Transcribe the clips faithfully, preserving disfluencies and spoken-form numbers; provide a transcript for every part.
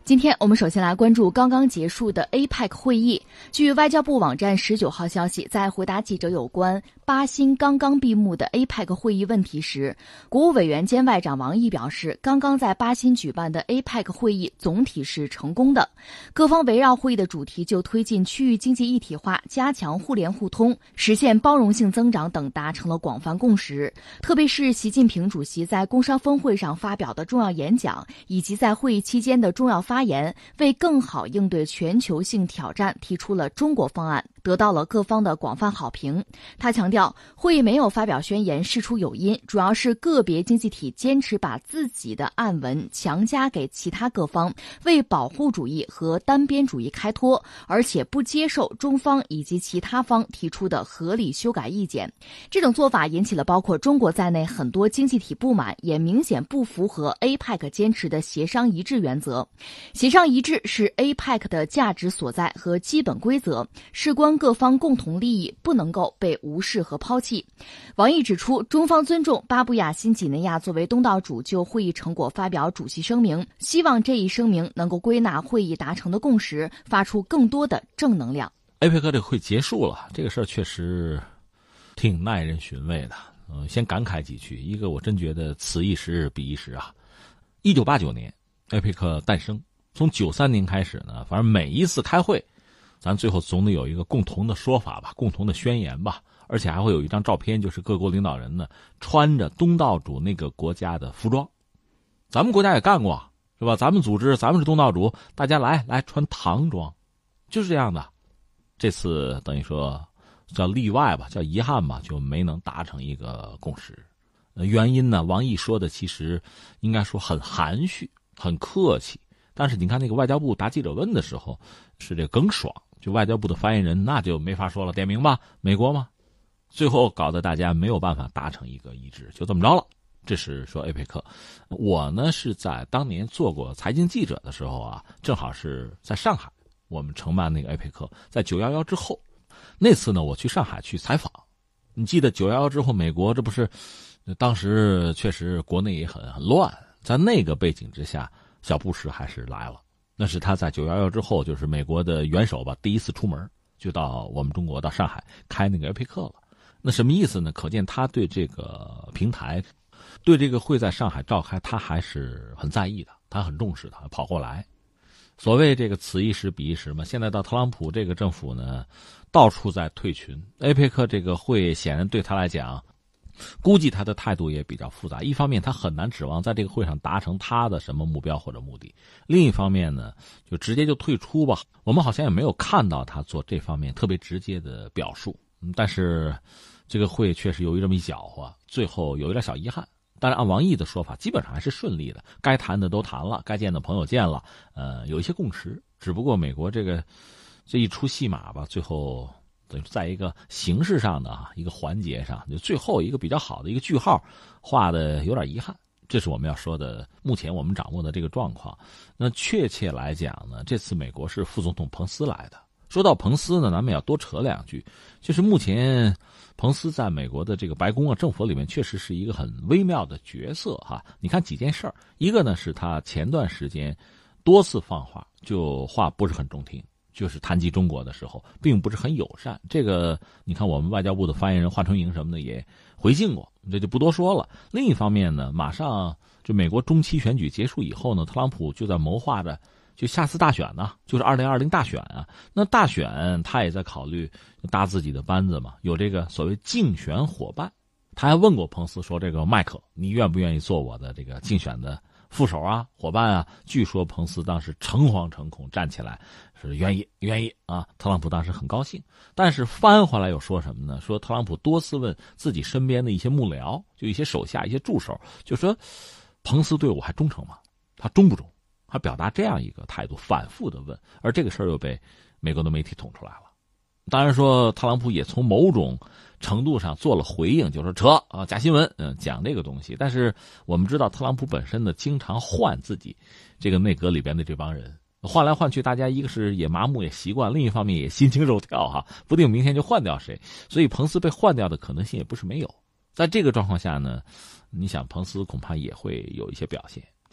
今天我们首先来关注刚刚结束的 A P E C 会议。据外交部网站十九号消息，在回答记者有关巴新刚刚闭幕的 A P E C 会议问题时，国务委员兼外长王毅表示，刚刚在巴新举办的 A P E C 会议总体是成功的，各方围绕会议的主题就推进区域经济一体化、加强互联互通、实现包容性增长等达成了广泛共识。特别是习近平主席在工商峰会上发表的重要演讲，以及在会议期间的重要发言，为更好应对全球性挑战提出了中国方案，得到了各方的广泛好评。他强调，会议没有发表宣言事出有因，主要是个别经济体坚持把自己的案文强加给其他各方，为保护主义和单边主义开脱，而且不接受中方以及其他方提出的合理修改意见。这种做法引起了包括中国在内很多经济体不满，也明显不符合 A P E C 坚持的协商一致原则。协商一致是 A P E C 的价值所在和基本规则，事关各方共同利益，不能够被无视和抛弃。王毅指出，中方尊重巴布亚新几内亚作为东道主就会议成果发表主席声明，希望这一声明能够归纳会议达成的共识，发出更多的正能量。 A P E C 这个会结束了，这个事儿确实挺耐人寻味的。呃，先感慨几句，一个我真觉得此一时彼一时啊。一九八九年 A P E C 诞生，从九三年开始呢，反正每一次开会，咱最后总得有一个共同的说法吧，共同的宣言吧，而且还会有一张照片，就是各国领导人呢穿着东道主那个国家的服装。咱们国家也干过，是吧？咱们组织，咱们是东道主，大家来来穿唐装，就是这样的。这次等于说叫例外吧，叫遗憾吧，就没能达成一个共识。呃，原因呢，王毅说的其实应该说很含蓄，很客气。但是你看那个外交部答记者问的时候，是这耿爽，就外交部的发言人，那就没法说了，点名吧，美国嘛，最后搞得大家没有办法达成一个一致，就这么着了。这是说 A P E C。 我呢是在当年做过财经记者的时候啊，正好是在上海，我们承办那个 A P E C， 在九一一之后，那次呢我去上海去采访。你记得九一一之后，美国这不是当时确实国内也很很乱，在那个背景之下，小布什还是来了。那是他在九一一之后，就是美国的元首吧，第一次出门就到我们中国，到上海开那个 A P E C 了。那什么意思呢？可见他对这个平台，对这个会在上海召开，他还是很在意的，他很重视，他跑过来。所谓这个此一时彼一时嘛，现在到特朗普这个政府呢，到处在退群。A P E C 这个会显然对他来讲，估计他的态度也比较复杂。一方面他很难指望在这个会上达成他的什么目标或者目的，另一方面呢，就直接就退出吧。我们好像也没有看到他做这方面特别直接的表述。但是这个会确实由于这么一搅和，最后有一点小遗憾。但是按王毅的说法，基本上还是顺利的，该谈的都谈了，该见的朋友见了，呃，有一些共识。只不过美国这个这一出戏码吧，最后等于在一个形式上的啊一个环节上，就最后一个比较好的一个句号画的有点遗憾。这是我们要说的目前我们掌握的这个状况。那确切来讲呢，这次美国是副总统彭斯来的。说到彭斯呢，咱们也要多扯两句，就是目前彭斯在美国的这个白宫啊政府里面确实是一个很微妙的角色哈。你看几件事儿，一个呢是他前段时间多次放话，就话不是很中听，就是谈及中国的时候并不是很友善。这个你看我们外交部的发言人华春莹什么的也回信过，这就不多说了。另一方面呢，马上就美国中期选举结束以后呢，特朗普就在谋划着就下次大选呢，就是二零二零大选啊。那大选他也在考虑搭自己的班子嘛，有这个所谓竞选伙伴。他还问过彭斯说，这个麦克你愿不愿意做我的这个竞选的副手啊伙伴啊？据说彭斯当时诚惶诚恐站起来是愿意愿意啊。特朗普当时很高兴，但是翻回来又说什么呢？说特朗普多次问自己身边的一些幕僚，就一些手下一些助手，就说彭斯对我还忠诚吗？他忠不忠？他表达这样一个态度，反复的问。而这个事儿又被美国的媒体捅出来了。当然说特朗普也从某种程度上做了回应，就是说扯啊假新闻，嗯，讲这个东西。但是我们知道特朗普本身呢，经常换自己这个内阁里边的这帮人，换来换去，大家一个是也麻木也习惯，另一方面也心惊肉跳哈，不定明天就换掉谁。所以彭斯被换掉的可能性也不是没有。在这个状况下呢，你想彭斯恐怕也会有一些表现。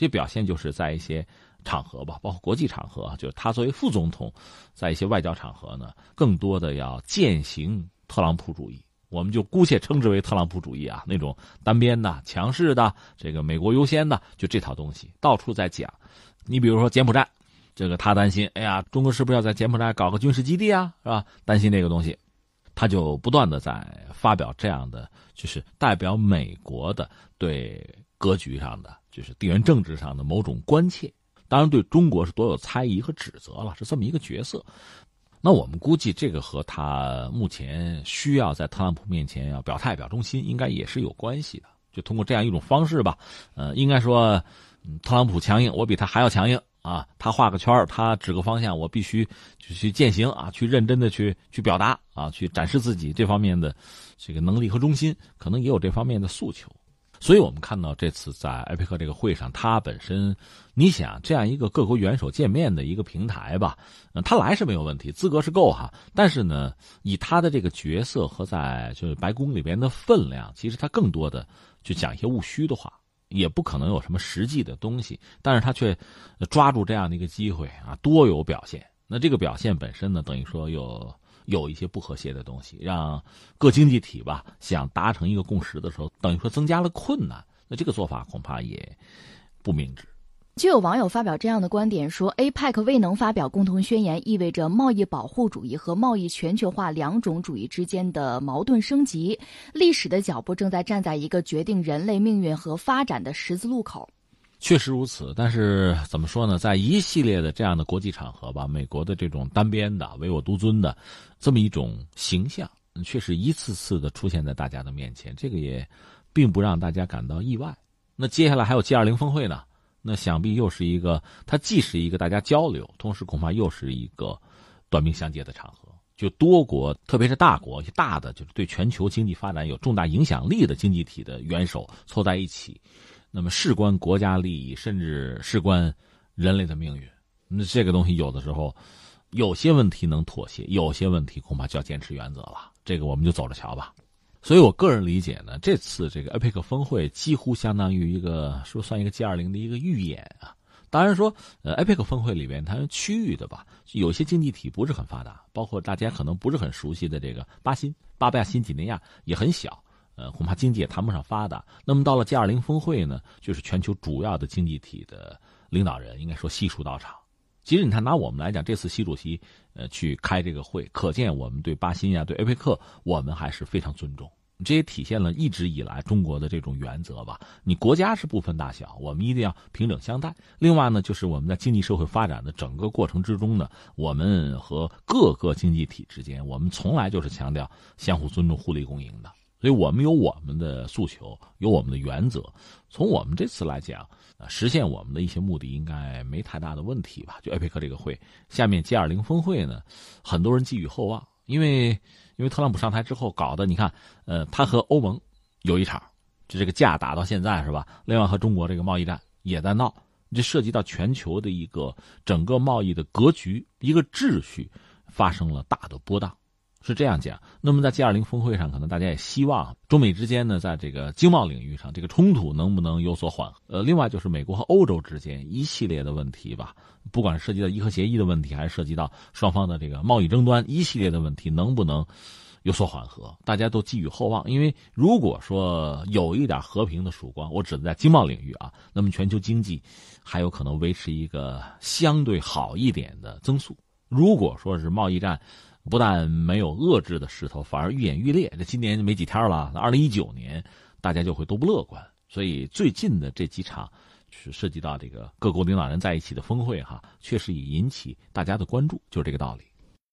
这表现就是在一些场合吧，包括国际场合，就是他作为副总统，在一些外交场合呢，更多的要践行特朗普主义。我们就姑且称之为特朗普主义啊，那种单边的、强势的、这个美国优先的，就这套东西到处在讲。你比如说柬埔寨，这个他担心，哎呀，中国是不是要在柬埔寨搞个军事基地啊，是吧？担心这个东西，他就不断的在发表这样的，就是代表美国的对格局上的，就是地缘政治上的某种关切。当然对中国是多有猜疑和指责了，是这么一个角色。那我们估计这个和他目前需要在特朗普面前要表态表忠心应该也是有关系的，就通过这样一种方式吧。呃，应该说特朗普强硬，我比他还要强硬啊，他画个圈，他指个方向，我必须就去践行啊，去认真的去去表达啊，去展示自己这方面的这个能力和忠心，可能也有这方面的诉求。所以我们看到这次在埃佩克这个会上，它本身，你想这样一个各国元首见面的一个平台吧，呃，他来是没有问题，资格是够哈。但是呢，以他的这个角色和在就是白宫里边的分量，其实他更多的去讲一些务虚的话，也不可能有什么实际的东西。但是他却抓住这样的一个机会啊，多有表现。那这个表现本身呢，等于说有。有一些不和谐的东西，让各经济体吧想达成一个共识的时候，等于说增加了困难。那这个做法恐怕也不明智。 就有网友发表这样的观点说 ，A P E C 未能发表共同宣言，意味着贸易保护主义和贸易全球化两种主义之间的矛盾升级，历史的脚步正在站在一个决定人类命运和发展的十字路口。 确实如此，但是怎么说呢，在一系列的这样的国际场合吧，美国的这种单边的唯我独尊的这么一种形象却是一次次的出现在大家的面前，这个也并不让大家感到意外。那接下来还有 G 二十 峰会呢，那想必又是一个，它既是一个大家交流，同时恐怕又是一个短兵相接的场合，就多国，特别是大国，大的就是对全球经济发展有重大影响力的经济体的元首凑在一起，那么事关国家利益，甚至事关人类的命运。那这个东西有的时候，有些问题能妥协，有些问题恐怕就要坚持原则了。这个我们就走着瞧吧。所以我个人理解呢，这次这个 A P E C 峰会几乎相当于一个，是不是算一个 G 二十 的一个预演啊？当然说，呃 ，A P E C 峰会里边它是区域的吧，有些经济体不是很发达，包括大家可能不是很熟悉的这个巴新、巴布亚新几内亚也很小。呃，恐怕经济也谈不上发达。那么到了 G 二十 峰会呢，就是全球主要的经济体的领导人，应该说悉数到场。其实你看，拿我们来讲，这次习主席呃去开这个会，可见我们对巴新呀、对 A P E C 我们还是非常尊重。这也体现了一直以来中国的这种原则吧。你国家是不分大小，我们一定要平等相待。另外呢，就是我们在经济社会发展的整个过程之中呢，我们和各个经济体之间，我们从来就是强调相互尊重、互利共赢的。所以我们有我们的诉求，有我们的原则。从我们这次来讲，呃，实现我们的一些目的应该没太大的问题吧？就 A P E C 这个会，下面 G 二十 峰会呢，很多人寄予厚望，因为因为特朗普上台之后搞的，你看，呃，他和欧盟有一场，就这个架打到现在是吧？另外和中国这个贸易战也在闹，这涉及到全球的一个整个贸易的格局、一个秩序发生了大的波荡。是这样讲。那么在 G 二十 峰会上，可能大家也希望中美之间呢，在这个经贸领域上，这个冲突能不能有所缓和？呃，另外就是美国和欧洲之间一系列的问题吧，不管是涉及到伊核协议的问题，还是涉及到双方的这个贸易争端，一系列的问题能不能有所缓和？大家都寄予厚望，因为如果说有一点和平的曙光，我指的在经贸领域啊，那么全球经济还有可能维持一个相对好一点的增速。如果说是贸易战不但没有遏制的势头，反而愈演愈烈。这今年没几天了，二零一九年大家就会都不乐观。所以最近的这几场是涉及到这个各国领导人在一起的峰会哈，确实也引起大家的关注，就是这个道理。